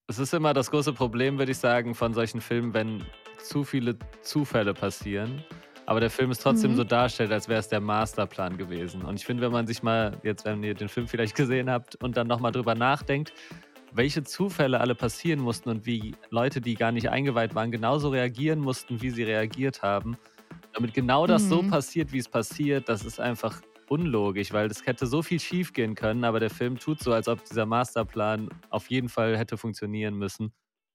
Es ist immer das große Problem, würde ich sagen, von solchen Filmen, wenn zu viele Zufälle passieren, aber der Film es trotzdem Mhm. so darstellt, als wäre es der Masterplan gewesen. Und ich finde, wenn man sich mal jetzt, wenn ihr den Film vielleicht gesehen habt und dann noch mal drüber nachdenkt, welche Zufälle alle passieren mussten und wie Leute, die gar nicht eingeweiht waren, genauso reagieren mussten, wie sie reagiert haben, damit genau das so Mhm. passiert, wie es passiert, das ist einfach unlogisch, weil das hätte so viel schiefgehen können, aber der Film tut so, als ob dieser Masterplan auf jeden Fall hätte funktionieren müssen.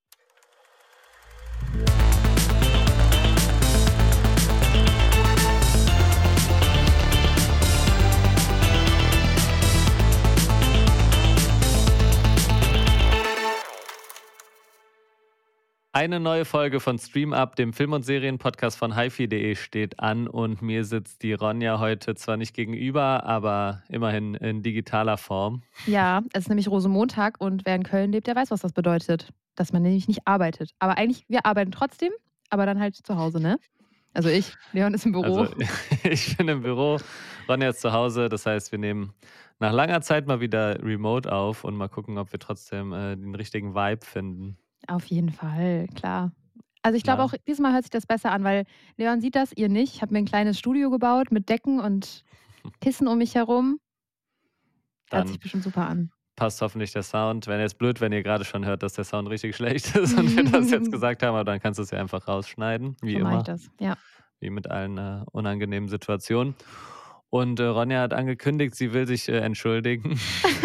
Eine neue Folge von Stream Up, dem Film- und Serienpodcast von hifi.de steht an und mir sitzt die Ronja heute zwar nicht gegenüber, aber immerhin in digitaler Form. Ja, es ist nämlich Rosenmontag und wer in Köln lebt, der weiß, was das bedeutet. Dass man nämlich nicht arbeitet. Aber eigentlich, wir arbeiten trotzdem, aber dann halt zu Hause, ne? Also ich, Leon ist im Büro. Also ich bin im Büro, Ronja ist zu Hause, das heißt, wir nehmen nach langer Zeit mal wieder remote auf und mal gucken, ob wir trotzdem den richtigen Vibe finden. Auf jeden Fall, klar. Also ich glaube Klar, auch, diesmal hört sich das besser an, weil Leon sieht das, ihr nicht. Ich habe mir ein kleines Studio gebaut mit Decken und Kissen um mich herum. Hört sich dann bestimmt super an. passt hoffentlich der Sound. Wenn jetzt blöd, wenn ihr gerade schon hört, dass der Sound richtig schlecht ist und wir das jetzt gesagt haben, aber dann kannst du es ja einfach rausschneiden, wie So mache ich immer, das, ja. wie mit allen unangenehmen Situationen. Und Ronja hat angekündigt, sie will sich entschuldigen.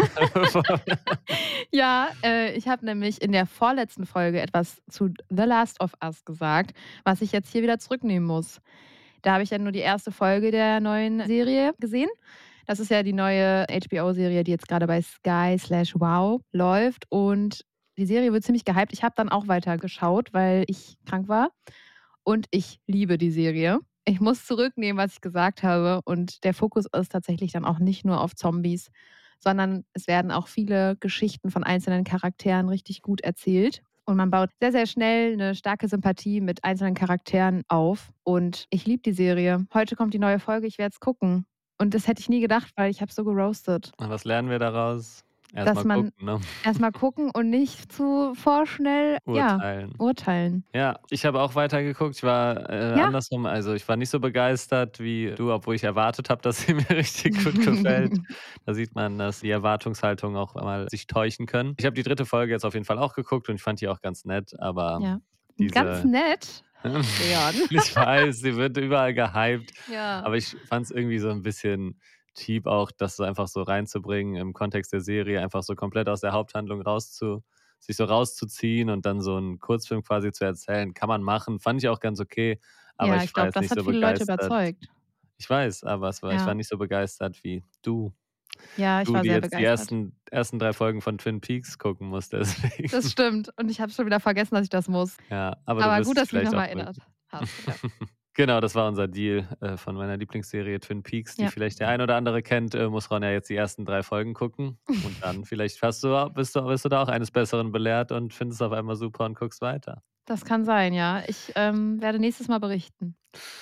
Ja, ich habe nämlich in der vorletzten Folge etwas zu The Last of Us gesagt, was ich jetzt hier wieder zurücknehmen muss. Da habe ich ja nur die erste Folge der neuen Serie gesehen. Das ist ja die neue HBO-Serie, die jetzt gerade bei Sky/Wow läuft. Und die Serie wird ziemlich gehypt. Ich habe dann auch weiter geschaut, weil ich krank war. Und ich liebe die Serie. Ich muss zurücknehmen, was ich gesagt habe. Und der Fokus ist tatsächlich dann auch nicht nur auf Zombies, sondern es werden auch viele Geschichten von einzelnen Charakteren richtig gut erzählt. Und man baut sehr, sehr schnell eine starke Sympathie mit einzelnen Charakteren auf. Und ich liebe die Serie. Heute kommt die neue Folge, ich werde es gucken. Und das hätte ich nie gedacht, weil ich habe so geroastet. Und was lernen wir daraus? Dass Erstmal man gucken, ne? erstmal gucken und nicht zu vorschnell, ja, Urteilen. urteilen. Ja, ich habe auch weitergeguckt. Ich war Ja? andersrum, also ich war nicht so begeistert wie du, obwohl ich erwartet habe, dass sie mir richtig gut gefällt. Da sieht man, dass die Erwartungshaltung auch mal sich täuschen können. Ich habe die dritte Folge jetzt auf jeden Fall auch geguckt und ich fand die auch ganz nett, aber Ja. Ganz diese nett, Leon. ich weiß, sie wird überall gehypt, Ja. aber ich fand es irgendwie so ein bisschen cheap auch, das so einfach so reinzubringen im Kontext der Serie, einfach so komplett aus der Haupthandlung sich so rauszuziehen und dann so 'n Kurzfilm quasi zu erzählen. Kann man machen, fand ich auch ganz okay, aber Ja, ich ich war glaube, jetzt das nicht hat so viele Leute begeistert. überzeugt. Ich weiß, aber ich war Ja. nicht so begeistert wie du. Ja, ich Du, war die sehr jetzt die begeistert. ersten 3 Folgen von Twin Peaks gucken musst Das deswegen. stimmt und ich habe schon wieder vergessen, dass ich das muss. Ja, aber du Aber wirst gut, dich dass du mich noch vielleicht mal auch erinnert mögen. hast, ja. Genau, das war unser Deal, von meiner Lieblingsserie Twin Peaks, die Ja. vielleicht der ein oder andere kennt, muss Ron ja jetzt die ersten 3 Folgen gucken und dann vielleicht bist du da auch eines Besseren belehrt und findest es auf einmal super und guckst weiter. Das kann sein, ja. Ich, werde nächstes Mal berichten.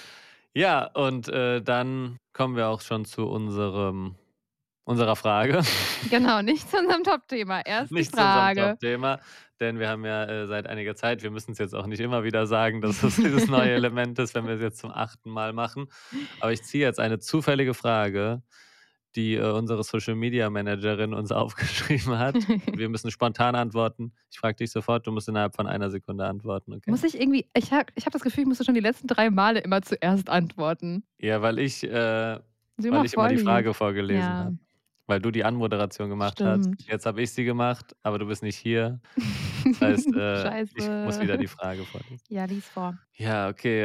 Ja, und, dann kommen wir auch schon zu unserer Frage. Genau, nicht zu unserem Topthema. Erst die Nicht zu unserem Frage. Top-Thema, denn wir haben ja, seit einiger Zeit wir müssen es jetzt auch nicht immer wieder sagen, dass es dieses neue Element ist, wenn wir es jetzt zum 8. Mal machen. Aber ich ziehe jetzt eine zufällige Frage, die, unsere Social-Media-Managerin uns aufgeschrieben hat. Wir müssen spontan antworten. Ich frage dich sofort, du musst innerhalb von einer Sekunde antworten, okay? Muss ich irgendwie ich habe das Gefühl, ich musste schon die letzten 3 Male immer zuerst antworten. Ja, Ist weil immer ich immer voll die lieb. Frage vorgelesen Ja, habe, weil du die Anmoderation gemacht hast. stimmt. Jetzt habe ich sie gemacht, aber du bist nicht hier. Das heißt, ich muss Scheiße. wieder die Frage vorlesen. Ja, lies vor. Ja, okay,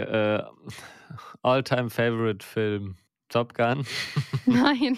All-Time Favorite Film, Top Gun? Nein.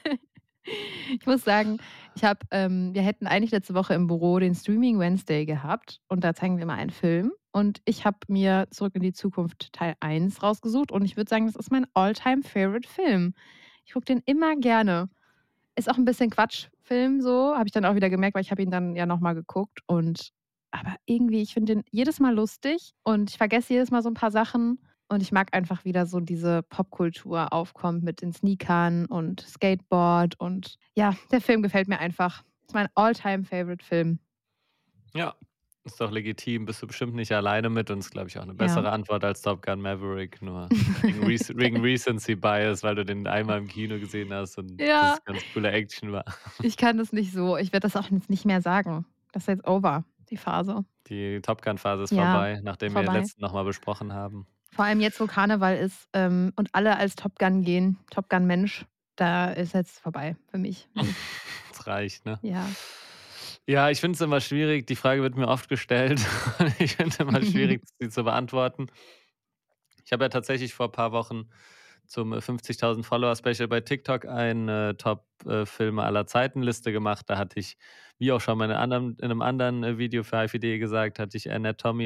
Ich muss sagen, wir hätten eigentlich letzte Woche im Büro den Streaming Wednesday gehabt und da zeigen wir mal einen Film und ich habe mir „Zurück in die Zukunft Teil 1 rausgesucht und ich würde sagen, das ist mein All-Time Favorite Film. Ich gucke den immer gerne. Ist auch ein bisschen Quatschfilm so, habe ich dann auch wieder gemerkt, weil ich habe ihn dann ja noch mal geguckt aber irgendwie, ich finde den jedes Mal lustig und ich vergesse jedes Mal so ein paar Sachen und ich mag einfach, wie da so diese Popkultur aufkommt mit den Sneakern und Skateboard und ja, der Film gefällt mir einfach. Ist mein All-Time Favorite Film. Ja, Ist doch legitim, bist du bestimmt nicht alleine mit und ist, glaube ich, auch 'ne Ja. bessere Antwort als Top Gun: Maverick, nur wegen Recency Bias, weil du den einmal im Kino gesehen hast und Ja, das ganz coole Action war. ich kann das nicht so. Ich werde das auch jetzt nicht mehr sagen. Das ist jetzt over, die Phase. Die Top Gun-Phase ist Ja, vorbei, nachdem wir vorbei. letztens noch mal besprochen haben. Vor allem jetzt, wo Karneval ist, und alle als Top Gun gehen, Top Gun Mensch, da ist jetzt vorbei für mich. Ne. Es reicht, ne? Ja. Ja, ich finde es immer schwierig. Die Frage wird mir oft gestellt und ich finde es immer schwierig, sie zu beantworten. Ich habe ja tatsächlich vor paar Wochen zum 50.000 Follower-Special bei TikTok eine Top Filme aller Zeiten-Liste gemacht. Da hatte ich, wie auch schon mal in 'nem anderen Video für HIFID gesagt, hatte ich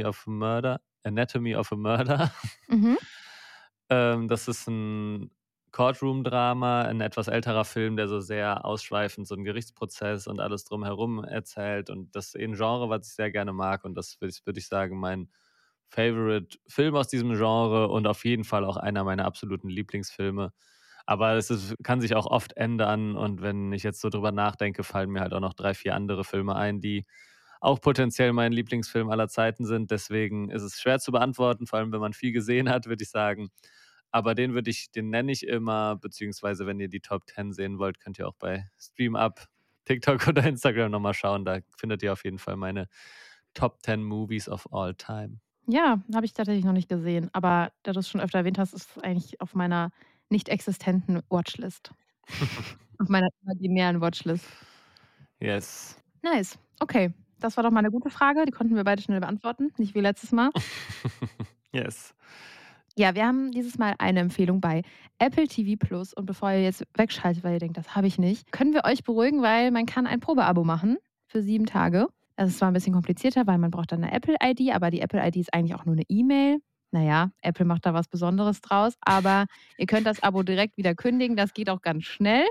Anatomy of a Murder. Mhm. Das ist 'n Courtroom-Drama, 'n etwas älterer Film, der so sehr ausschweifend so 'n Gerichtsprozess und alles drumherum erzählt und das ist eh 'n Genre, was ich sehr gerne mag und das würde ich sagen, mein Favorite-Film aus diesem Genre und auf jeden Fall auch einer meiner absoluten Lieblingsfilme. Aber kann sich auch oft ändern und wenn ich jetzt so drüber nachdenke, fallen mir halt auch noch 3, 4 andere Filme ein, die auch potenziell mein Lieblingsfilm aller Zeiten sind. Deswegen ist es schwer zu beantworten, vor allem wenn man viel gesehen hat, würde ich sagen. Aber den nenne ich immer, beziehungsweise wenn ihr die Top 10 sehen wollt, könnt ihr auch bei StreamUp, TikTok oder Instagram noch mal schauen. Da findet ihr auf jeden Fall meine Top 10 Movies of all time. Ja, habe ich tatsächlich noch nicht gesehen, aber da du es schon öfter erwähnt hast, ist es eigentlich auf meiner nicht existenten Watchlist. Auf meiner imaginären Watchlist. Yes. Nice. Okay, das war doch mal 'ne gute Frage, die konnten wir beide schnell beantworten, nicht wie letztes Mal. Yes. Ja, wir haben dieses Mal eine Empfehlung bei Apple TV Plus und bevor ihr jetzt wegschaltet, weil ihr denkt: „Das habe ich nicht“, können wir euch beruhigen, weil man kann ein Probeabo machen für 7 Tage. Das ist zwar 'n bisschen komplizierter, weil man braucht dann 'ne Apple-ID, aber die Apple-ID ist eigentlich auch nur 'ne E-Mail. Na ja, Apple macht da was Besonderes draus, aber ihr könnt das Abo direkt wieder kündigen, das geht auch ganz schnell.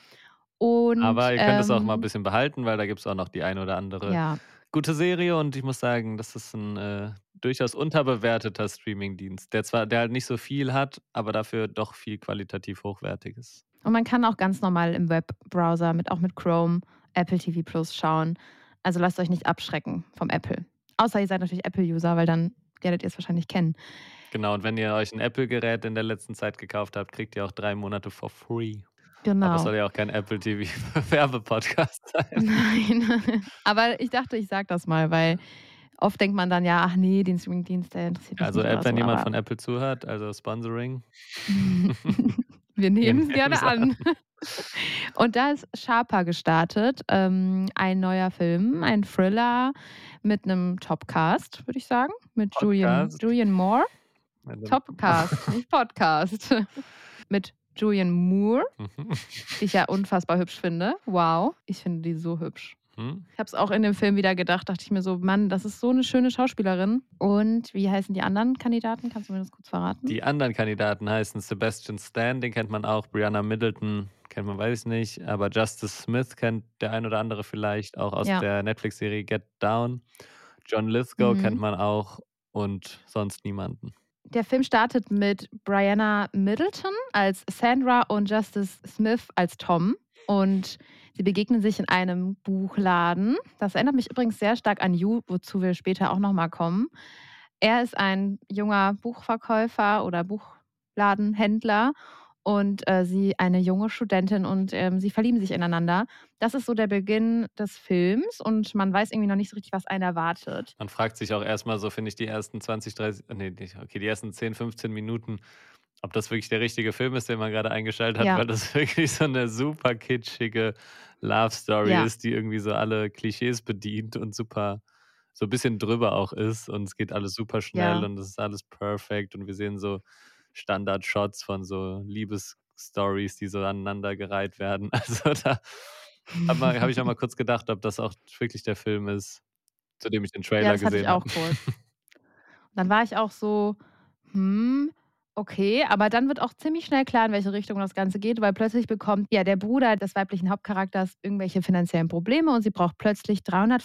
Und, Aber ihr könnt es auch mal 'n bisschen behalten, weil da gibt's auch noch die eine oder andere ja. gute Serie und ich muss sagen, das ist 'n durchaus unterbewerteter Streamingdienst, der halt nicht so viel hat, aber dafür doch viel qualitativ Hochwertiges. Und man kann auch ganz normal im Webbrowser auch mit Chrome Apple TV Plus schauen. Also, lasst euch nicht abschrecken vom Apple. Außer ihr seid natürlich Apple-User, weil dann werdet ihr es wahrscheinlich kennen. Genau, und wenn ihr euch 'n Apple-Gerät in der letzten Zeit gekauft habt, kriegt ihr auch 3 Monate for free. Aber es Genau. soll ja auch kein Apple TV Werbepodcast sein. Nein, aber ich dachte, ich sage das mal, weil oft denkt man dann: „Ja, ach ne, den Streamingdienst, der interessiert mich Also, nicht“ oder wenn so, jemand aber von Apple zuhört, also Sponsoring. wir Wir nehmen es gerne nehmen's an. an. Und da ist Sharper gestartet, ein neuer Film, ein Thriller mit 'nem Topcast, würde ich sagen, mit Podcast. Julianne Moore. Mit 'nem Topcast, nicht Podcast. Mit Julianne Moore, Mhm. die ich ja unfassbar hübsch finde. Wow, ich finde die so hübsch. Mhm. Ich habe es auch in dem Film wieder gedacht, dachte ich mir so: „Mann, das ist so 'ne schöne Schauspielerin.“ Und wie heißen die anderen Kandidaten? Kannst du mir das kurz verraten? Die anderen Kandidaten heißen Sebastian Stan, den kennt man auch, Brianna Middleton kennt man, weiß ich nicht, aber Justice Smith kennt der ein oder andere vielleicht auch aus Ja. der Netflix-Serie Get Down. John Lithgow kennt Mhm. man auch und sonst niemanden. Der Film startet mit Brianna Middleton als Sandra und Justice Smith als Tom. Und sie begegnen sich in einem Buchladen. Das erinnert mich übrigens sehr stark an You, wozu wir später auch noch mal kommen. Er ist ein junger Buchverkäufer oder Buchladenhändler und, sie eine junge Studentin und, sie verlieben sich ineinander. Das ist so der Beginn des Films und man weiß irgendwie noch nicht so richtig, was einen erwartet. Man fragt sich auch erst mal so, finde ich, die ersten 20, 30 ne, nicht okay, die ersten 10, 15 Minuten, ob das wirklich der richtige Film ist, den man grade eingeschaltet hat, Ja. weil das wirklich so 'ne super kitschige Love-Story Ja. ist, die irgendwie so alle Klischees bedient und super so 'n bisschen drüber auch ist und es geht alles super schnell Ja. und es ist alles perfekt und wir sehen so Standard-Shots von so Liebesstories, die so aneinandergereiht werden. Also, da habe ich auch mal kurz gedacht, ob das auch wirklich der Film ist, zu dem ich den Ja, Trailer das hatte ich gesehen habe. auch kurz. Dann war ich auch so: „Hm, okay.“ Aber dann wird auch ziemlich schnell klar, in welche Richtung das Ganze geht, weil plötzlich bekommt, ja, der Bruder des weiblichen Hauptcharakters irgendwelche finanziellen Probleme und sie braucht plötzlich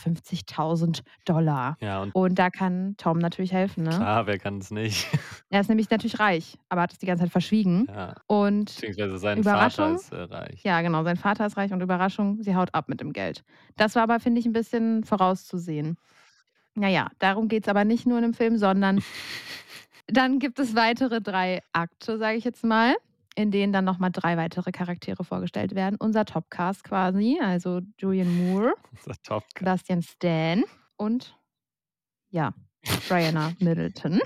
350.000 $. Ja, und Und da kann Tom natürlich helfen, ne? klar, wer kann's nicht? Er ist nämlich natürlich reich, aber hat es die ganze Zeit verschwiegen. Ja, Und beziehungsweise sein Vater Überraschung ist, reich. ja, genau, sein Vater ist reich und Überraschung, sie haut ab mit dem Geld. Das war aber, finde ich, 'n bisschen vorauszusehen. Na ja, darum geht's aber nicht nur in dem Film, sondern dann gibt es weitere 3 Akte, sage ich jetzt mal, in denen dann noch mal 3 weitere Charaktere vorgestellt werden. Unser Topcast quasi, also Julianne Moore, Unser Topcast. Sebastian Stan und ja, Brianna Middleton.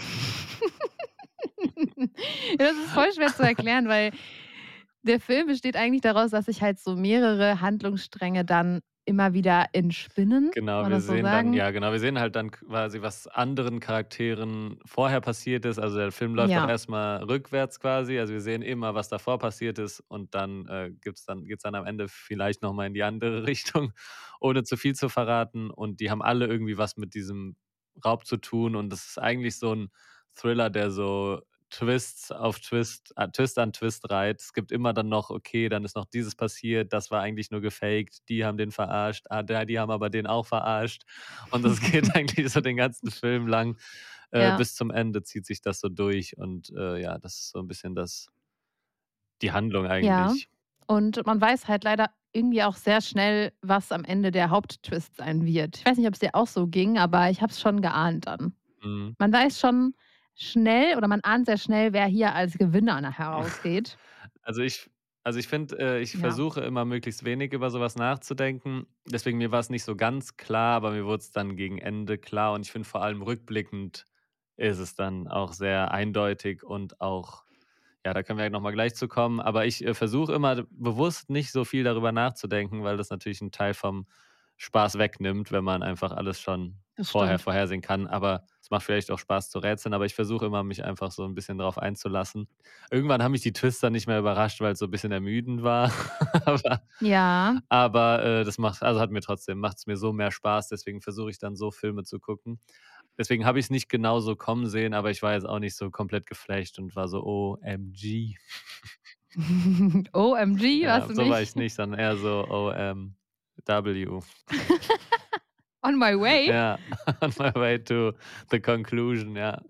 Das ist voll schwer zu erklären, weil der Film besteht eigentlich daraus, dass sich halt so mehrere Handlungsstränge dann immer wieder entspinnen. Kann Genau, man wir das so sehen dann sagen? ja genau, wir sehen halt dann quasi, was anderen Charakteren vorher passiert ist. Also, der Film läuft auch Ja, erst mal rückwärts quasi. Also, wir sehen immer, was davor passiert ist und dann, geht's dann am Ende vielleicht noch mal in die andere Richtung, ohne zu viel zu verraten. Und die haben alle irgendwie was mit diesem Raub zu tun und das ist eigentlich so 'n Thriller, der so Twists auf Twist an Twist reiht. Es gibt immer dann noch: „Okay, dann ist noch dieses passiert, das war eigentlich nur gefaked, die haben den verarscht, die haben aber den auch verarscht.“ Und das geht eigentlich so den ganzen Film lang, ja, bis zum Ende zieht sich das so durch und, ja, das ist so 'n bisschen die Handlung ja. eigentlich. Und man weiß halt leider irgendwie auch sehr schnell, was am Ende der Haupttwist sein wird. Ich weiß nicht, ob's dir auch so ging, aber ich habe es schon geahnt dann. Mhm. Man weiß schon schnell oder man ahnt sehr schnell, wer hier als Gewinner nachher rausgeht. Also, ich finde, ich Ja, versuche immer möglichst wenig über so was nachzudenken. Deswegen mir war's nicht so ganz klar, aber mir wurd's dann gegen Ende klar und ich finde, vor allem rückblickend ist es dann auch sehr eindeutig und auch ja, da können wir ja noch mal gleich zu kommen, aber ich, versuche immer bewusst nicht so viel darüber nachzudenken, weil das natürlich 'n Teil vom Spaß wegnimmt, wenn man einfach alles schon das vorher stimmt. vorhersehen kann. Aber es macht vielleicht auch Spaß zu rätseln, aber ich versuche immer, mich einfach so 'n bisschen drauf einzulassen. Irgendwann haben mich die Twists dann nicht mehr überrascht, weil's so 'n bisschen ermüdend war, aber Ja. das hat mir trotzdem macht's mir so mehr Spaß, deswegen versuche ich dann so Filme zu gucken. Deswegen habe ich's nicht genauso kommen sehen, aber ich war jetzt auch nicht so komplett geflasht und war so: „OMG.“ OMG, warst Ja, du so war ich nicht? nicht, sondern eher so OMW. On my way? Ja, on my way to the conclusion, ja.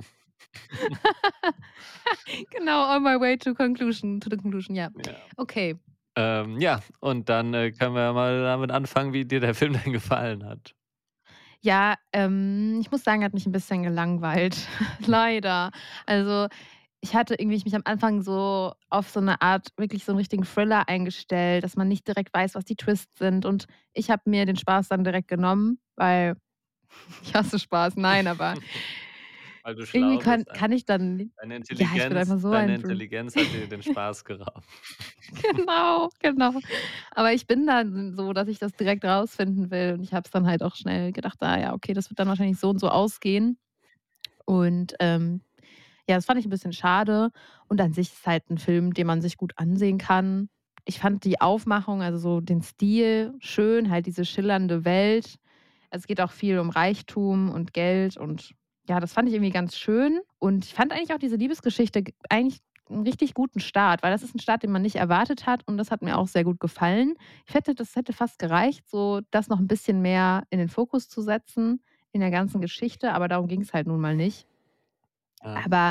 Genau, on my way to the conclusion, ja. Ja. Okay. Ja, und dann, können wir ja mal damit anfangen, wie dir der Film denn gefallen hat. Ja, ich muss sagen, er hat mich 'n bisschen gelangweilt, leider. Also, ich hatte irgendwie mich am Anfang so auf so 'ne Art wirklich so 'n richtigen Thriller eingestellt, dass man nicht direkt weiß, was die Twists sind und ich habe mir den Spaß dann direkt genommen, weil ich hasse Spaß, nein, aber Weil du irgendwie schlau kann bist kann einfach. ich dann Deine ja, ich bin einfach so Deine ein Film. Intelligenz hat dir den Spaß geraubt. Genau, genau. Aber ich bin dann so, dass ich das direkt rausfinden will und ich habe es dann halt auch schnell gedacht: „Ah ja, okay, das wird dann wahrscheinlich so und so ausgehen.“ Und, ja, das fand ich 'n bisschen schade und an sich ist halt 'n Film, den man sich gut ansehen kann. Ich fand die Aufmachung, also so den Stil schön, halt diese schillernde Welt. Es geht auch viel um Reichtum und Geld und ja, das fand ich irgendwie ganz schön und ich fand eigentlich auch diese Liebesgeschichte eigentlich 'n richtig guten Start, weil das ist 'n Start, den man nicht erwartet hat und das hat mir auch sehr gut gefallen. Das hätte fast gereicht, so das noch 'n bisschen mehr in den Fokus zu setzen in der ganzen Geschichte, aber darum ging's halt nun mal nicht. Ja. Aber,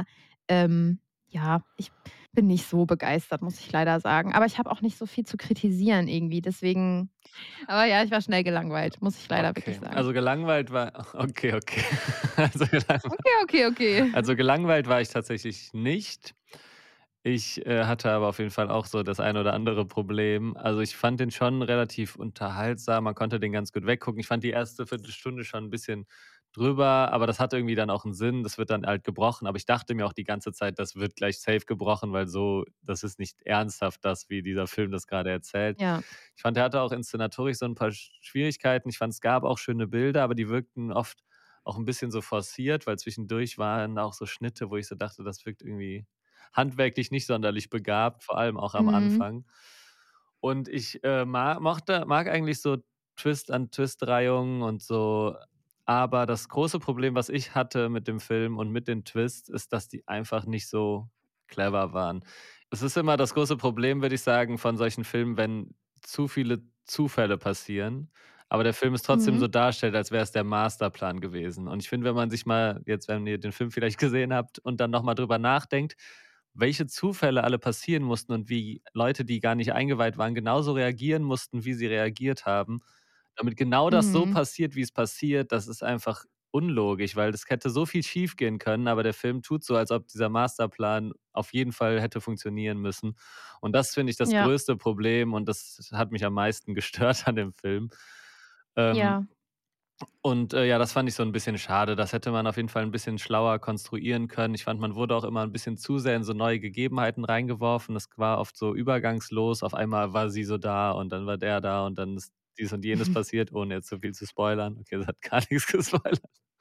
ja, ich bin nicht so begeistert, muss ich leider sagen. Aber ich habe auch nicht so viel zu kritisieren irgendwie, deswegen aber ja, ich war schnell gelangweilt, muss ich leider wirklich Okay, sagen. also gelangweilt war okay, okay. Also gelangweilt Okay, okay, okay. also gelangweilt war ich tatsächlich nicht. Ich, hatte aber auf jeden Fall auch so das ein oder andere Problem. Also, ich fand den schon relativ unterhaltsam. Man konnte den ganz gut weggucken. Ich fand die erste Viertelstunde schon 'n bisschen drüber, aber das hat irgendwie dann auch 'n Sinn. Das wird dann halt gebrochen. Aber ich dachte mir auch die ganze Zeit, das wird gleich safe gebrochen, weil so das ist nicht ernsthaft das, wie dieser Film das grade erzählt. Ja. Ich fand, der hatte auch inszenatorisch so 'n paar Schwierigkeiten. Ich fand, es gab auch schöne Bilder, aber die wirkten oft auch 'n bisschen so forciert, weil zwischendurch waren auch so Schnitte, wo ich so dachte, das wirkt irgendwie handwerklich nicht sonderlich begabt, vor allem auch am Mhm. Anfang. Und ich, mag eigentlich so Twist-an-Twist-Reihungen und so, aber das große Problem, was ich hatte mit dem Film und mit den Twists, ist, dass die einfach nicht so clever waren. Es ist immer das große Problem, würde ich sagen, von solchen Filmen, wenn zu viele Zufälle passieren, aber der Film es trotzdem Mhm. so darstellt, als wäre es der Masterplan gewesen. Und ich finde, wenn man sich mal jetzt, wenn ihr den Film vielleicht gesehen habt und dann noch mal drüber nachdenkt, welche Zufälle alle passieren mussten und wie Leute, die gar nicht eingeweiht waren, genauso reagieren mussten, wie sie reagiert haben, damit genau das so Mhm. passiert, wie es passiert, das ist einfach unlogisch, weil das hätte so viel schiefgehen können, aber der Film tut so, als ob dieser Masterplan auf jeden Fall hätte funktionieren müssen. Und das finde ich das Ja, größte Problem und das hat mich am meisten gestört an dem Film. Ähm, ja. ja, das fand ich so ein bisschen schade. Das hätte man auf jeden Fall ein bisschen schlauer konstruieren können. Ich fand, man wurde auch immer ein bisschen zu sehr in so neue Gegebenheiten reingeworfen. Das war oft so übergangslos. Auf einmal war sie so da und dann war der da und dann ist dies und jenes passiert, ohne jetzt so viel zu spoilern. Okay, das hat gar nichts gespoilert.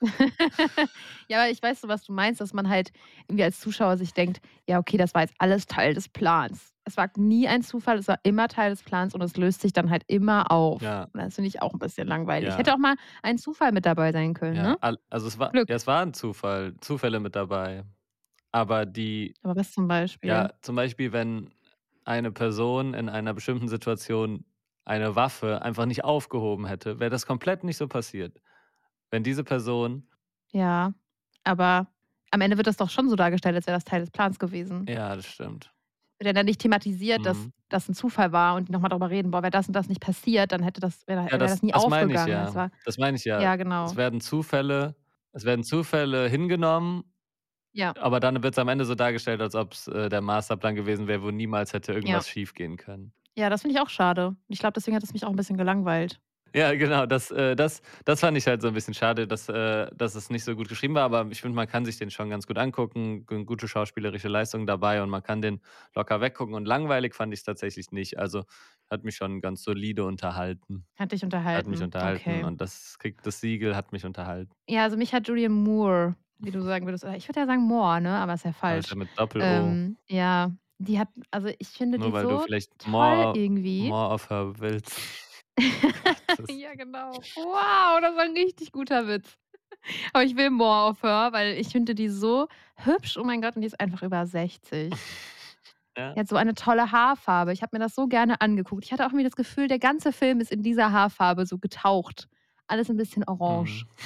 Ja, aber ich weiß so, was du meinst, dass man halt irgendwie als Zuschauer sich denkt: „Ja, okay, das war jetzt alles Teil des Plans.“ Es war nie ein Zufall, es war immer Teil des Plans und es löst sich dann halt immer auf. Ja, Und das finde ich auch 'n bisschen langweilig. ja, Hätte auch mal ein Zufall mit dabei sein können, ja. ne? Also, Glück. es war ein Zufälle mit dabei. Aber Aber was zum Beispiel? zum Beispiel, wenn eine Person in einer bestimmten Situation eine Waffe einfach nicht aufgehoben hätte, wäre das komplett nicht so passiert. Wenn diese Person Ja, aber am Ende wird das doch schon so dargestellt, als wäre das Teil des Plans gewesen. ja, das stimmt. Wird ja dann nicht thematisiert, dass Mhm. das 'n Zufall war und die noch mal darüber reden: „Boah, wäre das und das nicht passiert, dann hätte das Ja, wäre das nie das meine ich aufgegangen.“ ja. Es war Das meine ich ja. ja, Es genau. werden Zufälle es werden Zufälle hingenommen, Ja, aber dann wird's am Ende so dargestellt, als ob's, der Masterplan gewesen wäre, wo niemals hätte ja. irgendwas schiefgehen können. Ja, das finde ich auch schade. Und ich glaube, deswegen hat es mich auch 'n bisschen gelangweilt. Ja, genau, das fand ich halt so 'n bisschen schade, dass es nicht so gut geschrieben war, aber ich finde, man kann sich den schon ganz gut angucken, g gute schauspielerische Leistung dabei und man kann den locker weggucken und langweilig fand ich's tatsächlich nicht. Also, hat mich schon ganz solide unterhalten. Hat dich Hat mich unterhalten. unterhalten Okay. und das kriegt das Siegel „hat mich unterhalten“. Ja, also mich hat Julianne Moore, wie du sagen würdest, ich würde ja sagen Moore, ne, aber ist ja Aber ist ja falsch. mit Doppel-O. Ja, die hat also ich finde die Nur weil du so vielleicht toll irgendwie. more of her willst. Gott, das Ja, genau. Wow, das war 'n richtig guter Witz. Aber ich will more of her, weil ich finde die so hübsch. Oh mein Gott, und die ist einfach über 60. ja. Die hat so eine tolle Haarfarbe. Ich habe mir das so gerne angeguckt. Ich hatte auch irgendwie das Gefühl, der ganze Film ist in dieser Haarfarbe so getaucht. Alles 'n bisschen orange. Mhm.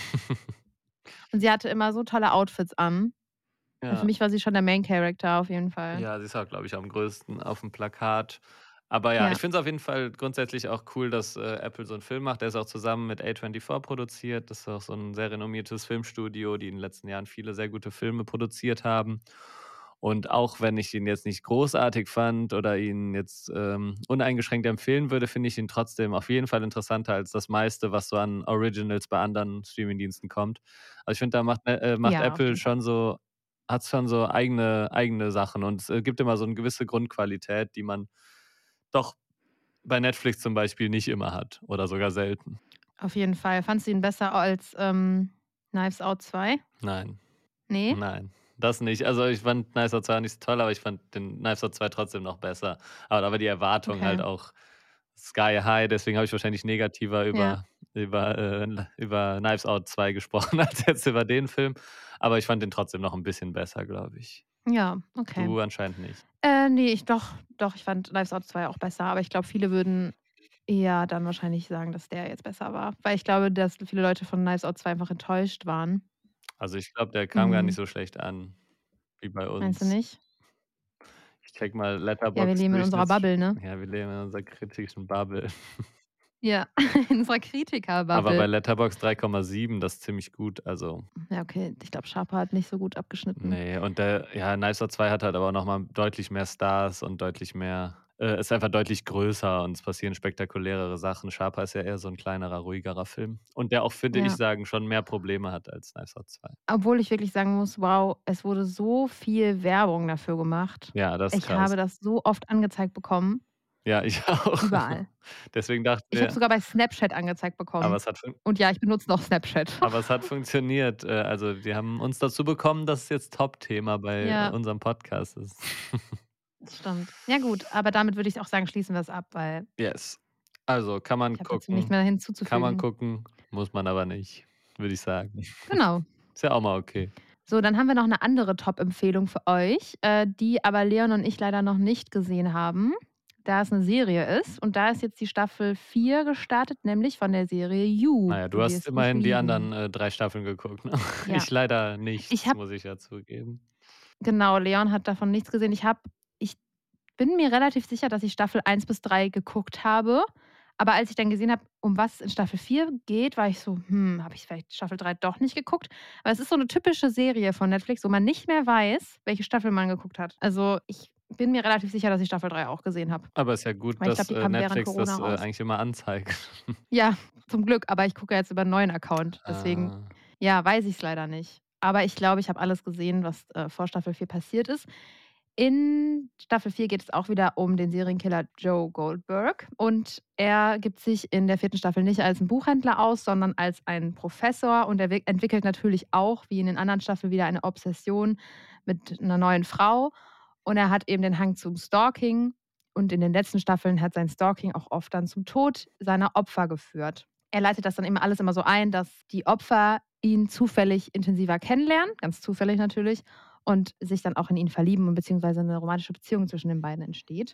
Und sie hatte immer so tolle Outfits an. Für Ja. mich war sie schon der Main Character auf jeden Fall. Ja, sie ist auch, glaube ich, am größten auf'm Plakat. Aber ja, ich Ja, finde es auf jeden Fall grundsätzlich auch cool, dass, Apple so 'n Film macht. Der ist auch zusammen mit A24 produziert. Das ist auch so 'n sehr renommiertes Filmstudio, die in den letzten Jahren viele sehr gute Filme produziert haben. Und auch wenn ich ihn jetzt nicht großartig fand oder ihn jetzt, uneingeschränkt empfehlen würde, finde ich ihn trotzdem auf jeden Fall interessanter als das meiste, was so an Originals bei anderen Streamingdiensten kommt. Also, ich finde, da macht ja, auf Apple jeden Fall. schon so hat schon so eigene Sachen und es, gibt immer so 'ne gewisse Grundqualität, die man doch bei Netflix zum Beispiel nicht immer hat oder sogar selten. Auf jeden Fall. Fandst du ihn besser als, Knives Out 2? Nein, Ne? nein, das nicht. Also, ich fand Knives Out 2 nicht so toll, aber ich fand den Knives Out 2 trotzdem noch besser. Aber da war die Erwartung Okay. halt auch sky high, deswegen habe ich wahrscheinlich negativer Ja. über Knives Out 2 gesprochen als jetzt über den Film, aber ich fand den trotzdem noch 'n bisschen besser, glaube ich. Ja, okay. Du anscheinend nicht. Ne, doch, ich fand Knives Out 2 auch besser, aber ich glaube, viele würden eher dann wahrscheinlich sagen, dass der jetzt besser war, weil ich glaube, dass viele Leute von Knives Out 2 einfach enttäuscht waren. Also, ich glaube, der kam gar nicht Mhm. so schlecht an wie bei Meinst du uns. nicht? Ich checke mal Ja, wir leben in unserer Letterboxd-Durchschnitts Bubble, ne? ja, wir leben in unserer kritischen Bubble. Ja, in unserer Aber bei Kritiker-Bubble. Letterboxd 3,7, das ist ziemlich gut, also, Ja, okay, ich glaube, Sharper hat nicht so gut abgeschnitten. ne. Und der ja, Knives Out 2 hat halt aber auch noch mal deutlich mehr Stars und deutlich mehr ist einfach deutlich größer und es passieren spektakulärere Sachen. Sharper ist ja eher so 'n kleinerer, ruhigerer Film und der auch, finde ich Ja. sagen, schon mehr Probleme hat als Knives Out 2. Obwohl ich wirklich sagen muss, wow, es wurde so viel Werbung dafür gemacht. Ja, das ist Ich krass. habe das so oft angezeigt bekommen, Ja, ich auch. überall. Deswegen dachten Ich habe es wir sogar bei Snapchat angezeigt aber bekommen. es hat fun Und ja, ich benutze noch Snapchat. Aber es hat funktioniert. Also, die haben uns dazu bekommen, dass es jetzt Top-Thema bei Ja, unserem Podcast ist. das stimmt. Ja gut, aber damit würde ich auch sagen, schließen wir es ab, weil Yes. Also, ich habe dazu nicht mehr hinzuzufügen. muss man aber nicht, würde ich sagen. Genau. Ist ja auch mal okay. So, dann haben wir noch eine andere Top-Empfehlung für euch, die aber Leon und ich leider noch nicht gesehen haben, da es eine Serie ist. Und da ist jetzt die Staffel 4 gestartet, nämlich von der Serie Na You. ja, du Du hast wirst mich immerhin die lieben. anderen, 3 Staffeln geguckt, ne? Ja, Ich leider ich nichts, habe muss ich ja zugeben. genau, Leon hat davon nichts gesehen. Ich bin mir relativ sicher, dass ich Staffel 1 bis 3 geguckt habe, Aber als ich dann gesehen habe, um was es in Staffel 4 geht, war ich so: habe ich vielleicht Staffel 3 doch nicht geguckt?“ Aber es ist so eine typische Serie von Netflix, wo man nicht mehr weiß, welche Staffel man geguckt hat. Also, ich bin mir relativ sicher, dass ich Staffel 3 auch gesehen habe, Aber ist ja gut, weil ich glaube, dass, die kam während Netflix Corona das, raus. eigentlich immer anzeigt. Ja, zum Glück, aber ich gucke ja jetzt über 'n neuen Account, deswegen, Ah. ja, weiß ich's leider nicht. Aber ich glaube, ich habe alles gesehen, was, vor Staffel 4 passiert ist. In Staffel 4 geht es auch wieder um den Serienkiller Joe Goldberg und er gibt sich in der 4. Staffel nicht als 'n Buchhändler aus, sondern als ein Professor und er entwickelt natürlich auch, wie in den anderen Staffeln, wieder eine Obsession mit 'ner neuen Frau und er hat eben den Hang zum Stalking und in den letzten Staffeln hat sein Stalking auch oft dann zum Tod seiner Opfer geführt. Er leitet das dann immer so ein, dass die Opfer ihn zufällig intensiver kennenlernen, ganz zufällig natürlich, und sich dann auch in ihn verlieben und beziehungsweise 'ne romantische Beziehung zwischen den beiden entsteht.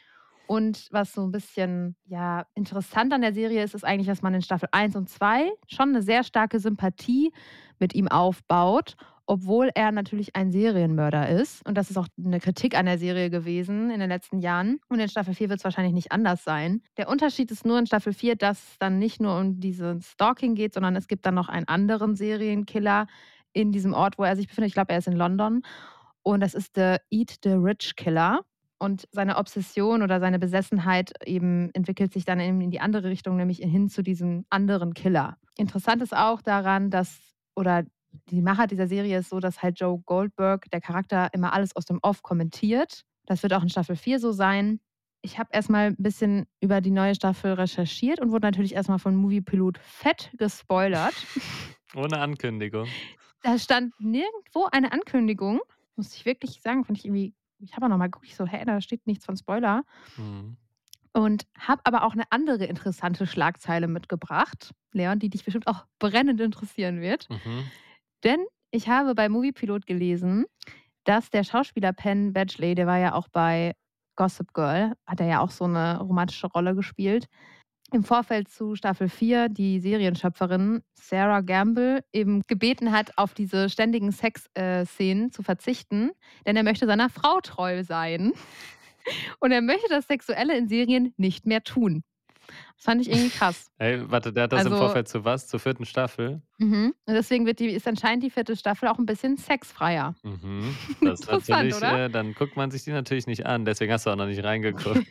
Und was so 'n bisschen, ja, interessant an der Serie ist, ist eigentlich, dass man in Staffel 1 und 2 schon 'ne sehr starke Sympathie mit ihm aufbaut, obwohl er natürlich ein Serienmörder ist. Und das ist auch 'ne Kritik an der Serie gewesen in den letzten Jahren. Und in Staffel 4 wird's wahrscheinlich nicht anders sein. Der Unterschied ist nur in Staffel 4, dass es dann nicht nur um dieses Stalking geht, sondern es gibt dann noch einen anderen Serienkiller in diesem Ort, wo er sich befindet. Ich glaube, er ist in London. Und das ist der Eat the Rich Killer. Und seine Obsession oder seine Besessenheit eben entwickelt sich dann eben in die andere Richtung, nämlich hin zu diesem anderen Killer. Interessant ist auch daran, dass oder die Macher dieser Serie ist so, dass halt Joe Goldberg, der Charakter, immer alles aus dem Off kommentiert. Das wird auch in Staffel 4 so sein. Ich habe erst mal 'n bisschen über die neue Staffel recherchiert und wurde natürlich erst mal von Moviepilot fett gespoilert. Ohne Ankündigung. Da stand nirgendwo eine Ankündigung, muss ich wirklich sagen, fand ich irgendwie, ich habe auch noch mal geguckt, ich so: „Hä, da steht nichts von Spoiler.“ Mhm. Und habe aber auch 'ne andere interessante Schlagzeile mitgebracht, Leon, die dich bestimmt auch brennend interessieren wird. Mhm. Denn ich habe bei Moviepilot gelesen, dass der Schauspieler Penn Badgley, der war ja auch bei Gossip Girl, hat er ja auch so 'ne romantische Rolle gespielt. Im Vorfeld zu Staffel 4 die Serienschöpferin Sarah Gamble eben gebeten hat, auf diese ständigen Sex Szenen zu verzichten, denn er möchte seiner Frau treu sein und er möchte das Sexuelle in Serien nicht mehr tun. Das fand ich irgendwie krass. Ey, warte, der hat das im Also Vorfeld zu was? Zur 4. Staffel? und deswegen ist anscheinend die 4. Staffel auch 'n bisschen sexfreier. Mhm. Das ist Interessant, natürlich oder? dann guckt man sich die natürlich nicht an, deswegen hast du auch noch nicht reingeguckt.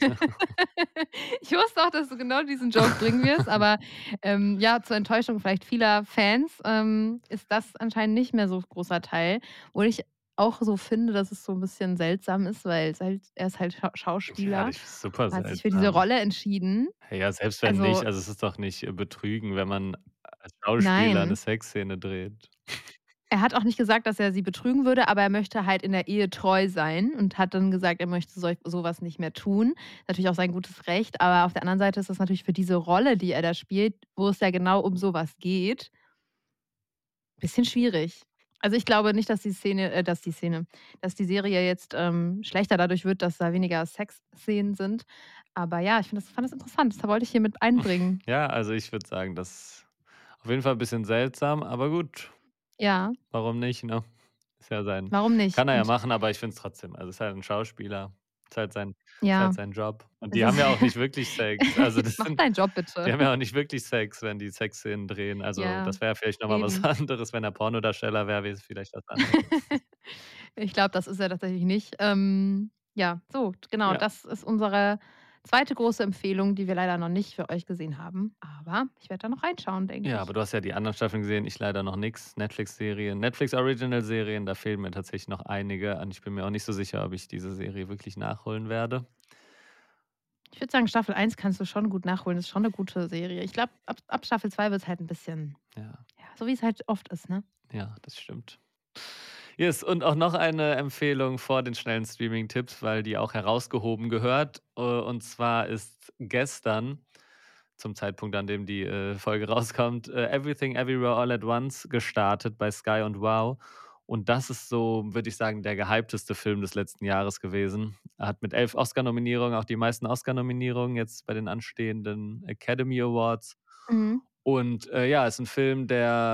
Ich wusste auch, dass du genau diesen Joke bringen wirst, aber, ja, zur Enttäuschung vielleicht vieler Fans, ist das anscheinend nicht mehr so großer Teil. Wo ich auch so finde, dass es so 'n bisschen seltsam ist, weil es halt er ist halt Ja, Schauspieler, das ist super hat sich für diese seltsam. Rolle entschieden. Hey, ja, selbst wenn Also, nicht, also, es ist doch nicht, Betrügen, wenn man als Schauspieler 'ne nein. Sexszene dreht. Er hat auch nicht gesagt, dass er sie betrügen würde, aber er möchte halt in der Ehe treu sein und hat dann gesagt, er möchte so was nicht mehr tun. Natürlich auch sein gutes Recht, aber auf der anderen Seite ist das natürlich für diese Rolle, die er da spielt, wo es ja genau um so was geht, bisschen schwierig. Also, ich glaube nicht, dass die Serie jetzt, schlechter dadurch wird, dass da weniger Sexszenen sind. Aber ja, fand das interessant. Das wollte ich hier mit einbringen. Ja, also, ich würde sagen, das auf jeden Fall 'n bisschen seltsam, aber gut, Ja, warum nicht, ne? Ist ja warum nicht? kann er ja Und machen, aber ich finde es trotzdem, also, ist halt 'n Schauspieler, ist ja, halt sein Job. Und es die haben ist ja auch nicht wirklich Sex. Also, Mach deinen Job die bitte. haben ja auch nicht wirklich Sex, wenn die Sexszenen drehen. Also, Ja, das wäre ja vielleicht noch mal was eben. anderes. Wenn er Pornodarsteller wäre, wäre es vielleicht was anderes. Ich glaube, das ist er tatsächlich nicht. Ja, so, genau, Ja. das ist unsere zweite große Empfehlung, die wir leider noch nicht für euch gesehen haben. Aber ich werde da noch reinschauen, denke Ja, ich. aber du hast ja die anderen Staffeln gesehen, ich leider noch nix. Netflix-Serien, Netflix-Original-Serien, da fehlen mir tatsächlich noch einige und ich bin mir auch nicht so sicher, ob ich diese Serie wirklich nachholen werde. Ich würde sagen, Staffel 1 kannst du schon gut nachholen. Das ist schon 'ne gute Serie. Ich glaube, ab Staffel 2 wird's halt 'n bisschen, Ja, ja, so wie's halt oft ist, ne? ja, das stimmt. Yes, und auch noch eine Empfehlung vor den schnellen Streaming-Tipps, weil die auch herausgehoben gehört. Und zwar ist gestern, zum Zeitpunkt, an dem die, Folge rauskommt, „Everything Everywhere All at Once“ gestartet bei Sky und WOW. Und das ist so, würde ich sagen, der gehypteste Film des letzten Jahres gewesen. Er hat mit 11 Oscar-Nominierungen auch die meisten Oscar-Nominierungen jetzt bei den anstehenden Academy Awards. Mhm. Und, ja, ist ein Film, der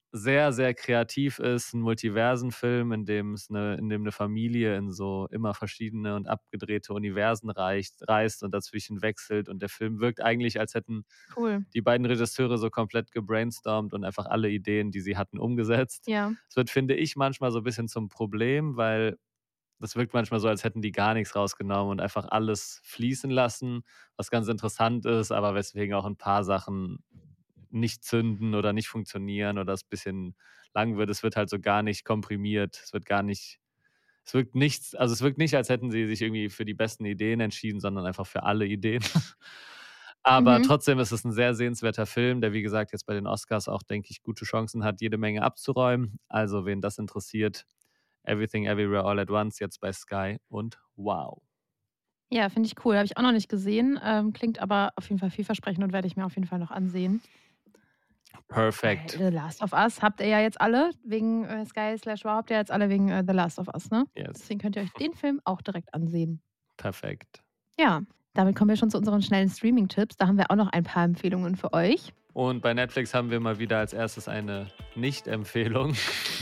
sehr, sehr kreativ ist, 'n Multiversenfilm, in dem 'ne Familie in so immer verschiedene und abgedrehte Universen reist und dazwischen wechselt. Und der Film wirkt eigentlich, als hätten Cool. die beiden Regisseure so komplett gebrainstormt und einfach alle Ideen, die sie hatten, umgesetzt. Ja. Es wird, finde ich, manchmal so 'n bisschen zum Problem, weil das wirkt manchmal so, als hätten die gar nichts rausgenommen und einfach alles fließen lassen, was ganz interessant ist, aber weswegen auch 'n paar Sachen nicht zünden oder nicht funktionieren oder es bisschen lang wird. Es wird halt so gar nicht komprimiert. Es wirkt nichts, also, es wirkt nicht, als hätten sie sich irgendwie für die besten Ideen entschieden, sondern einfach für alle Ideen. Aber Mhm. trotzdem ist es 'n sehr sehenswerter Film, der, wie gesagt, jetzt bei den Oscars auch, denke ich, gute Chancen hat, jede Menge abzuräumen. Also, wen das interessiert, Everything Everywhere All at Once jetzt bei Sky und wow. Ja, finde ich cool. Habe ich auch noch nicht gesehen, klingt aber auf jeden Fall vielversprechend und werde ich mir auf jeden Fall noch ansehen. Weil Perfekt. The Last of Us habt ihr ja jetzt alle wegen, Sky/Wow habt ihr jetzt alle wegen, The Last of Us, ne? Yes, Deswegen könnt ihr euch den Film auch direkt ansehen. perfekt. Ja, damit kommen wir schon zu unseren schnellen Streaming-Tipps. Da haben wir auch noch ein paar Empfehlungen für euch. Und bei Netflix haben wir mal wieder als Erstes eine Nicht-Empfehlung.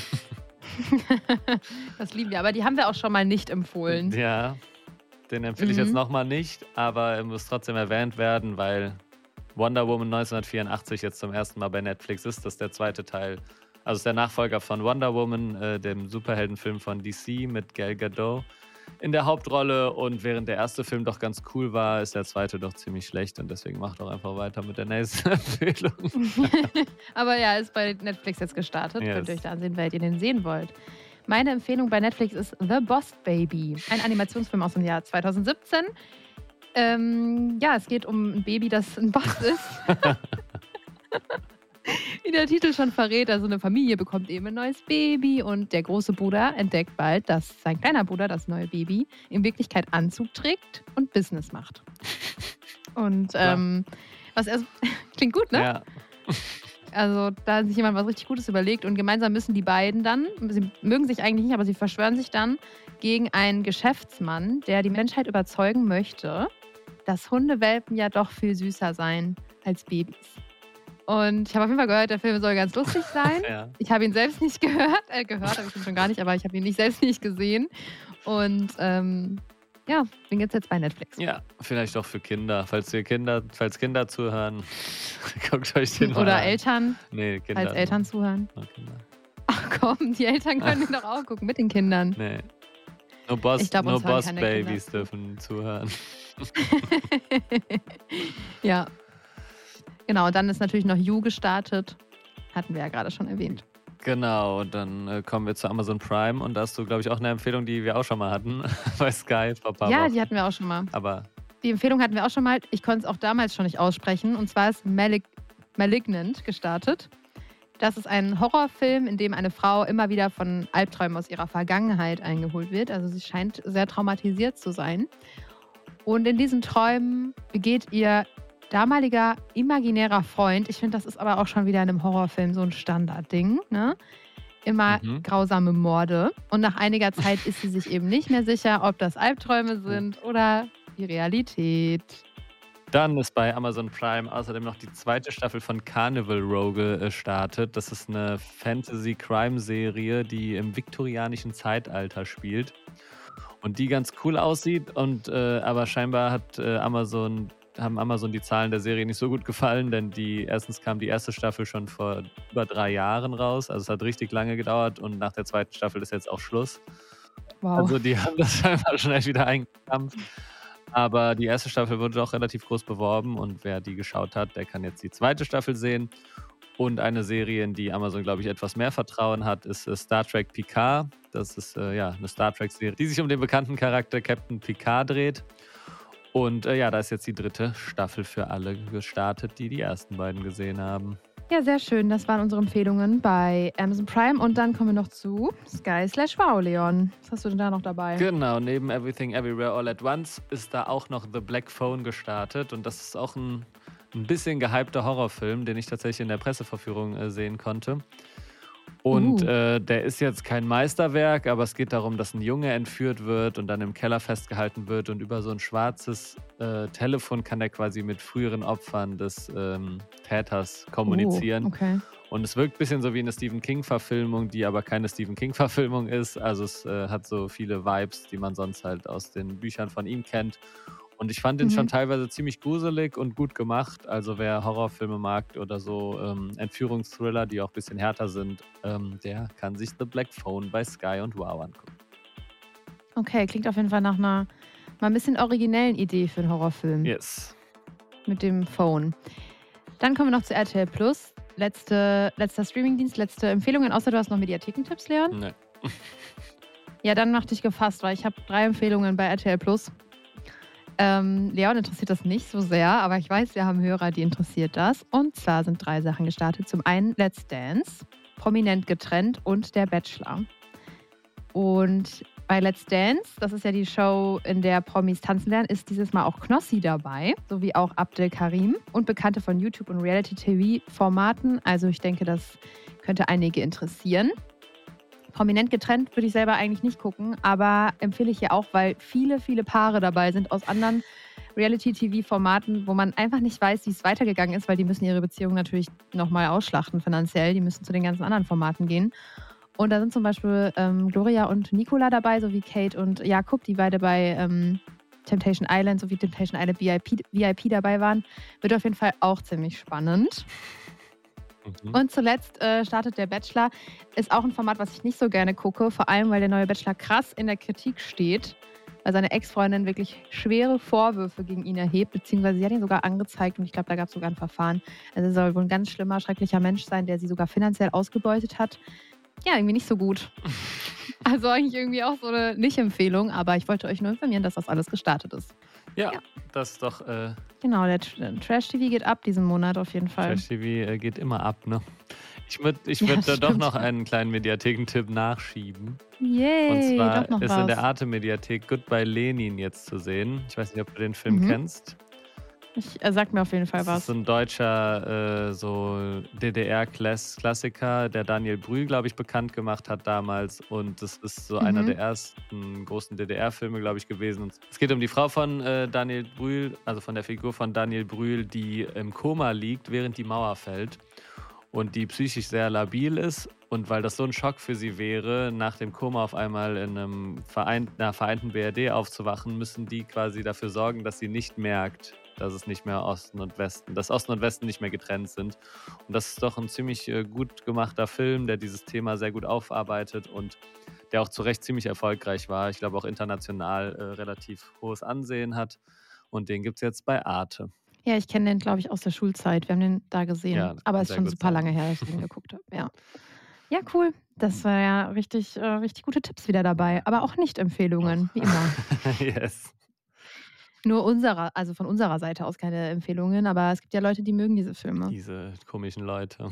Das lieben wir, aber die haben wir auch schon mal nicht empfohlen. Ja, den empfehle ich jetzt Mhm. noch mal nicht, aber er muss trotzdem erwähnt werden, weil Wonder Woman 1984 jetzt zum ersten Mal bei Netflix ist. Das ist der zweite Teil. Also, ist der Nachfolger von Wonder Woman, dem Superheldenfilm von DC mit Gal Gadot in der Hauptrolle. Und während der erste Film doch ganz cool war, ist der zweite doch ziemlich schlecht. Und deswegen macht doch einfach weiter mit der nächsten Empfehlung. Aber ja, ist bei Netflix jetzt gestartet. Könnt ihr euch Yes. da ansehen, weil ihr den sehen wollt. Meine Empfehlung bei Netflix ist The Boss Baby, ein Animationsfilm aus dem Jahr 2017. Ja, es geht um ein Baby, das ein Boss ist. Wie der Titel schon verrät, also eine Familie bekommt eben ein neues Baby und der große Bruder entdeckt bald, dass sein kleiner Bruder, das neue Baby, in Wirklichkeit Anzug trägt und Business macht. Und Klar. was er klingt gut, ne? Ja. Also, da hat sich jemand was richtig Gutes überlegt und gemeinsam müssen die beiden dann, sie mögen sich eigentlich nicht, aber sie verschwören sich dann gegen einen Geschäftsmann, der die Menschheit überzeugen möchte, dass Hundewelpen ja doch viel süßer seien als Babys. Und ich habe auf jeden Fall gehört, der Film soll ganz lustig sein. Ja. Ich habe ihn selbst nicht gehört habe ich ihn schon gar nicht, aber ich habe ihn selbst nicht gesehen. Und ja, den gibt es jetzt bei Netflix. Ja, vielleicht auch für Kinder. Falls Kinder zuhören, guckt euch den mal Oder an. Eltern, Nee, Kinder. falls Eltern zuhören. Nur Kinder. Ach komm, die Eltern können den doch auch gucken mit den Kindern. Nee. Nur Ich glaube, uns hören Boss keine Kinder Babies zu. dürfen zuhören. Ja, genau. Und dann ist natürlich noch You gestartet. Hatten wir ja gerade schon erwähnt. Genau, und dann kommen wir zu Amazon Prime und da hast du, glaube ich, auch eine Empfehlung, die wir auch schon mal hatten bei Sky vor ein paar Ja, Wochen. die hatten wir auch schon mal. Aber Die Empfehlung hatten wir auch schon mal. Ich konnte es auch damals schon nicht aussprechen. Und zwar ist Malignant gestartet. Das ist ein Horrorfilm, in dem eine Frau immer wieder von Albträumen aus ihrer Vergangenheit eingeholt wird. Also sie scheint sehr traumatisiert zu sein. Und in diesen Träumen begeht ihr damaliger imaginärer Freund, ich finde, das ist aber auch schon wieder in einem Horrorfilm so ein Standardding, ne? Immer Mhm. grausame Morde. Und nach einiger Zeit ist sie sich eben nicht mehr sicher, ob das Albträume sind oder die Realität. dann ist bei Amazon Prime außerdem noch die zweite Staffel von Carnival Row gestartet. Das ist eine Fantasy-Crime-Serie, die im viktorianischen Zeitalter spielt und die ganz cool aussieht. Und aber scheinbar haben Amazon die Zahlen der Serie nicht so gut gefallen, denn erstens kam die erste Staffel schon vor über 3 Jahren raus. Also es hat richtig lange gedauert und nach der zweiten Staffel ist jetzt auch Schluss. Wow. Also die haben das scheinbar schnell wieder eingestampft. Aber die erste Staffel wurde auch relativ groß beworben und wer die geschaut hat, der kann jetzt die zweite Staffel sehen. Und eine Serie, in die Amazon, glaube ich, etwas mehr Vertrauen hat, ist Star Trek Picard. Das ist ja eine Star Trek-Serie, die sich um den bekannten Charakter Captain Picard dreht. Und ja, da ist jetzt die dritte Staffel für alle gestartet, die ersten beiden gesehen haben. Ja, sehr schön. Das waren unsere Empfehlungen bei Amazon Prime. Und dann kommen wir noch zu Sky/Wow, Leon. Was hast du denn da noch dabei? Genau, neben Everything Everywhere All at Once ist da auch noch The Black Phone gestartet. Und das ist auch ein bisschen gehypter Horrorfilm, den ich tatsächlich in der Presseverführung sehen konnte. Und der ist jetzt kein Meisterwerk, aber es geht darum, dass ein Junge entführt wird und dann im Keller festgehalten wird. Und über so ein schwarzes Telefon kann er quasi mit früheren Opfern des Täters kommunizieren. Okay. Und es wirkt ein bisschen so wie eine Stephen King-Verfilmung, die aber keine Stephen King-Verfilmung ist. Also es hat so viele Vibes, die man sonst halt aus den Büchern von ihm kennt. Und ich fand den schon Mhm. teilweise ziemlich gruselig und gut gemacht. Also wer Horrorfilme mag oder so Entführungsthriller, die auch ein bisschen härter sind, der kann sich The Black Phone bei Sky und Wow angucken. Okay, klingt auf jeden Fall nach einer mal ein bisschen originellen Idee für einen Horrorfilm Yes. mit dem Phone. Dann kommen wir noch zu RTL Plus. Letzter Streamingdienst, letzte Empfehlungen, außer du hast noch Mediathekentipps, Leon? Ne. Ja, dann mach dich gefasst, weil ich habe 3 Empfehlungen bei RTL Plus. Leon interessiert das nicht so sehr, aber ich weiß, wir haben Hörer, die interessiert das. Und zwar sind 3 Sachen gestartet. Zum einen Let's Dance, Prominent getrennt und Der Bachelor. Und bei Let's Dance, das ist ja die Show, in der Promis tanzen lernen, ist dieses Mal auch Knossi dabei, sowie auch Abdel Karim und Bekannte von YouTube und Reality-TV-Formaten. Also ich denke, das könnte einige interessieren. Prominent getrennt würde ich selber eigentlich nicht gucken, aber empfehle ich hier auch, weil viele, viele Paare dabei sind aus anderen Reality-TV-Formaten, wo man einfach nicht weiß, wie es weitergegangen ist, weil die müssen ihre Beziehung natürlich nochmal ausschlachten finanziell. Die müssen zu den ganzen anderen Formaten gehen. Und da sind zum Beispiel Gloria und Nicola dabei, sowie Kate und Jakob, die beide bei Temptation Island sowie Temptation Island VIP dabei waren. Wird auf jeden Fall auch ziemlich spannend. Mhm. Und zuletzt startet der Bachelor. Ist auch ein Format, was ich nicht so gerne gucke, vor allem weil der neue Bachelor krass in der Kritik steht, weil seine Ex-Freundin wirklich schwere Vorwürfe gegen ihn erhebt, beziehungsweise sie hat ihn sogar angezeigt und ich glaube, da gab es sogar ein Verfahren. Also er soll wohl ein ganz schlimmer, schrecklicher Mensch sein, der sie sogar finanziell ausgebeutet hat. Ja, irgendwie nicht so gut. Also eigentlich irgendwie auch so eine Nicht-Empfehlung, aber ich wollte euch nur informieren, dass das alles gestartet ist. Ja, Ja. das ist doch Genau, der Trash-TV geht ab diesen Monat auf jeden Fall. Trash-TV geht immer ab, ne? Ich würd Ja, da doch stimmt. noch einen kleinen Mediathekentipp nachschieben. Und Yay, zwar doch noch ist in der was. Arte-Mediathek Goodbye Lenin jetzt zu sehen. Ich weiß nicht, ob du den Film Mhm. kennst. Sag mir auf jeden Fall Das ist was. so ein deutscher so DDR-Klassiker, der Daniel Brühl, glaube ich, bekannt gemacht hat damals. Und das ist so einer Mhm. der ersten großen DDR-Filme, glaube ich, gewesen. Und es geht um die Frau von Daniel Brühl, also von der Figur von Daniel Brühl, die im Koma liegt, während die Mauer fällt. Und die psychisch sehr labil ist. Und weil das so ein Schock für sie wäre, nach dem Koma auf einmal in einer vereinten BRD aufzuwachen, müssen die quasi dafür sorgen, dass sie nicht merkt, dass es nicht mehr dass Osten und Westen nicht mehr getrennt sind. Und das ist doch ein ziemlich gut gemachter Film, der dieses Thema sehr gut aufarbeitet und der auch zu Recht ziemlich erfolgreich war. Ich glaube auch international relativ hohes Ansehen hat. Und den gibt es jetzt bei Arte. Ja, ich kenne den, glaube ich, aus der Schulzeit. Wir haben den da gesehen. Ja, das Aber kann ist sehr schon gut super sein. lange her, dass ich den geguckt habe. Ja. Ja, cool. Das war ja richtig gute Tipps wieder dabei. Aber auch Nicht-Empfehlungen, wie immer. Yes. Nur also von unserer Seite aus keine Empfehlungen, aber es gibt ja Leute, die mögen diese Filme. Diese komischen Leute.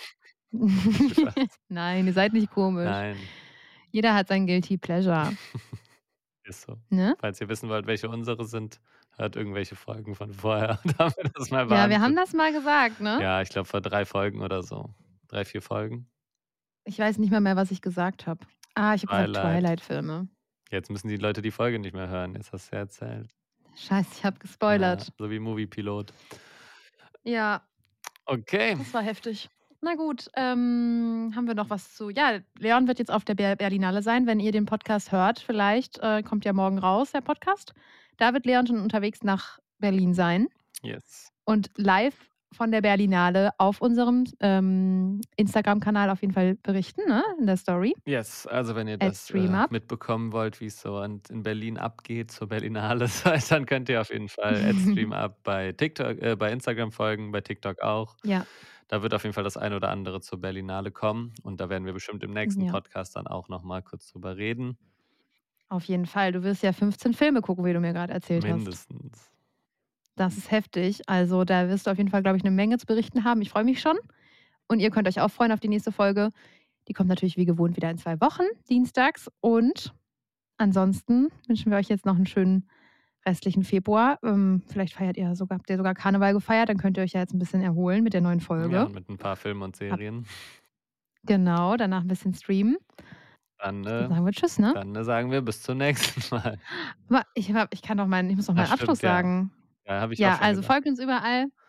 Nein, ihr seid nicht komisch. Nein, Jeder hat sein Guilty Pleasure, ist so. ne? Falls ihr wissen wollt, welche unsere sind, hört irgendwelche Folgen von vorher. Da haben wir das mal Ja, wir haben behandelt. das mal gesagt, ne? Ja, ich glaube vor 3 Folgen oder so. 3, 4 Folgen. Ich weiß nicht mal mehr, was ich gesagt habe. Ah, ich habe gesagt Twilight. Twilight-Filme. Jetzt müssen die Leute die Folge nicht mehr hören. Jetzt hast du ja erzählt. Scheiße, ich habe Ja, gespoilert. so wie Moviepilot. Ja, Okay. das war heftig. Na gut, haben wir noch was zu. Ja, Leon wird jetzt auf der Berlinale sein, wenn ihr den Podcast hört. Vielleicht kommt ja morgen raus, der Podcast. Da wird Leon schon unterwegs nach Berlin sein Yes. und live von der Berlinale auf unserem Instagram-Kanal auf jeden Fall berichten, ne? In der Story. Yes, also wenn ihr das @streamup. mitbekommen wollt, wie es so in Berlin abgeht, zur Berlinale seid, dann könnt ihr auf jeden Fall @streamup bei TikTok, bei Instagram folgen, bei TikTok auch. Ja, Da wird auf jeden Fall das ein oder andere zur Berlinale kommen und da werden wir bestimmt im nächsten ja, Podcast dann auch noch mal kurz drüber reden. auf jeden Fall. Du wirst ja 15 Filme gucken, wie du mir gerade erzählt hast. Mindestens. Das ist heftig. Also da wirst du auf jeden Fall, glaube ich, eine Menge zu berichten haben. Ich freue mich schon. Und ihr könnt euch auch freuen auf die nächste Folge. Die kommt natürlich wie gewohnt wieder in 2 Wochen, dienstags. Und ansonsten wünschen wir euch jetzt noch einen schönen restlichen Februar. Vielleicht habt ihr sogar Karneval gefeiert, dann könnt ihr euch ja jetzt ein bisschen erholen mit der neuen Ja, Folge. und mit ein paar Filmen und Serien. Genau, danach ein bisschen streamen. Dann Dann sagen wir Tschüss, ne? sagen wir bis zum nächsten Mal. Aber ich muss noch meinen Ach Abschluss stimmt, ja. sagen. Ja, habe ich auch Ja, schon also gesagt. folgt uns überall.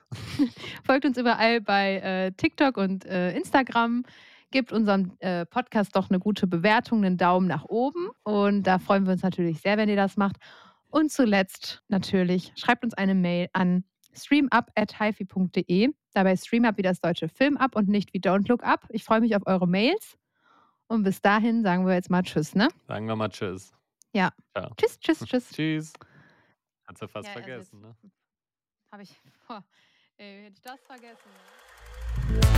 Folgt uns überall bei TikTok und Instagram. Gebt unserem Podcast doch eine gute Bewertung, einen Daumen nach oben. Und da freuen wir uns natürlich sehr, wenn ihr das macht. Und zuletzt natürlich, schreibt uns eine Mail an streamup@hifi.de. Dabei Streamup wie das deutsche Film ab und nicht wie Don't Look Up. Ich freue mich auf eure Mails. Und bis dahin sagen wir jetzt mal Tschüss, ne? Sagen wir mal Tschüss. Ja. Ciao. Tschüss, tschüss, tschüss. Tschüss. Hast du fast Ja, also vergessen, ne? Habe ich. Hätte ich das vergessen?